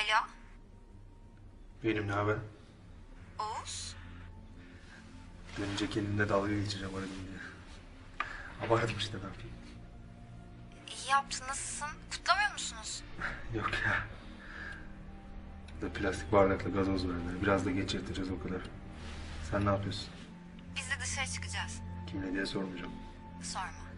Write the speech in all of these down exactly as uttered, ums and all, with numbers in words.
Alo, Benim ne haber? Oğuz. Dönünce kendimle dalga geçeceğim aradım diye. Abarttım işte, ne yapayım? İyi yaptın, nasılsın? Kutlamıyor musunuz? Yok ya. Burada plastik bardakla gazoz verdiler. Biraz da geç yatacağız, o kadar. Sen ne yapıyorsun? Biz de dışarı çıkacağız. Kimle diye sormayacağım. Sorma.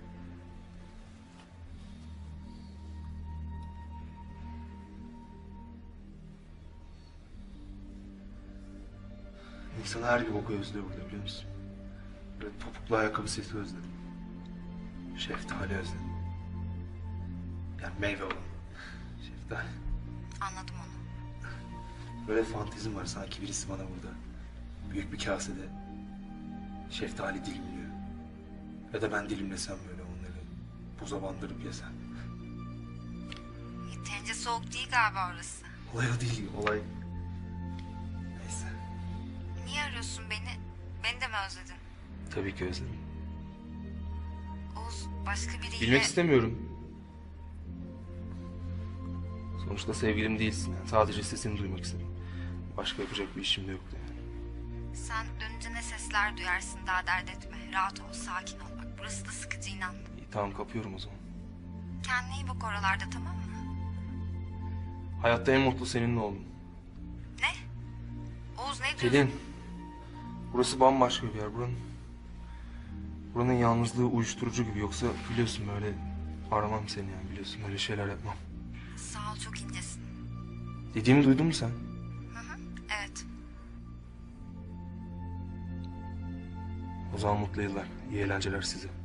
İnsan her gün boku özlüyor burada, biliyor musun? Böyle topuklu ayakkabı sesi özledim. Şeftali özledim. Yani meyve olan. Şeftali. Anladım onu. Böyle fantezim var, sanki birisi bana burada büyük bir kasede şeftali dilimliyor. Ya da ben dilimlesem böyle onları buza bandırıp yesem. Yeterince soğuk değil galiba orası. Olay o değil, olay... Neyse. Niye arıyorsun beni? Beni de mi özledin? Tabii ki özledim. Oğuz, başka biriyle... Bilmek istemiyorum. Sonuçta sevgilim değilsin yani. Sadece sesini duymak istedim. Başka yapacak bir işim de yoktu yani. Sen dönünce ne sesler duyarsın, daha dert etme. Rahat ol, sakin ol. Bak burası da sıkıcı, inan. İyi, tamam, kapıyorum o zaman. Kendine iyi bak oralarda, tamam mı? Hayatta en mutlu seninle oldum. Ne? Oğuz ne diyorsun? Pelin. Burası bambaşka bir yer. Buranın... Buranın yalnızlığı uyuşturucu gibi. Yoksa biliyorsun böyle aramam seni yani, biliyorsun öyle şeyler yapmam. Sağ ol, çok incesin. Dediğimi duydun mu sen? Hı hı, evet. O zaman mutlu yıllar. İyi eğlenceler size.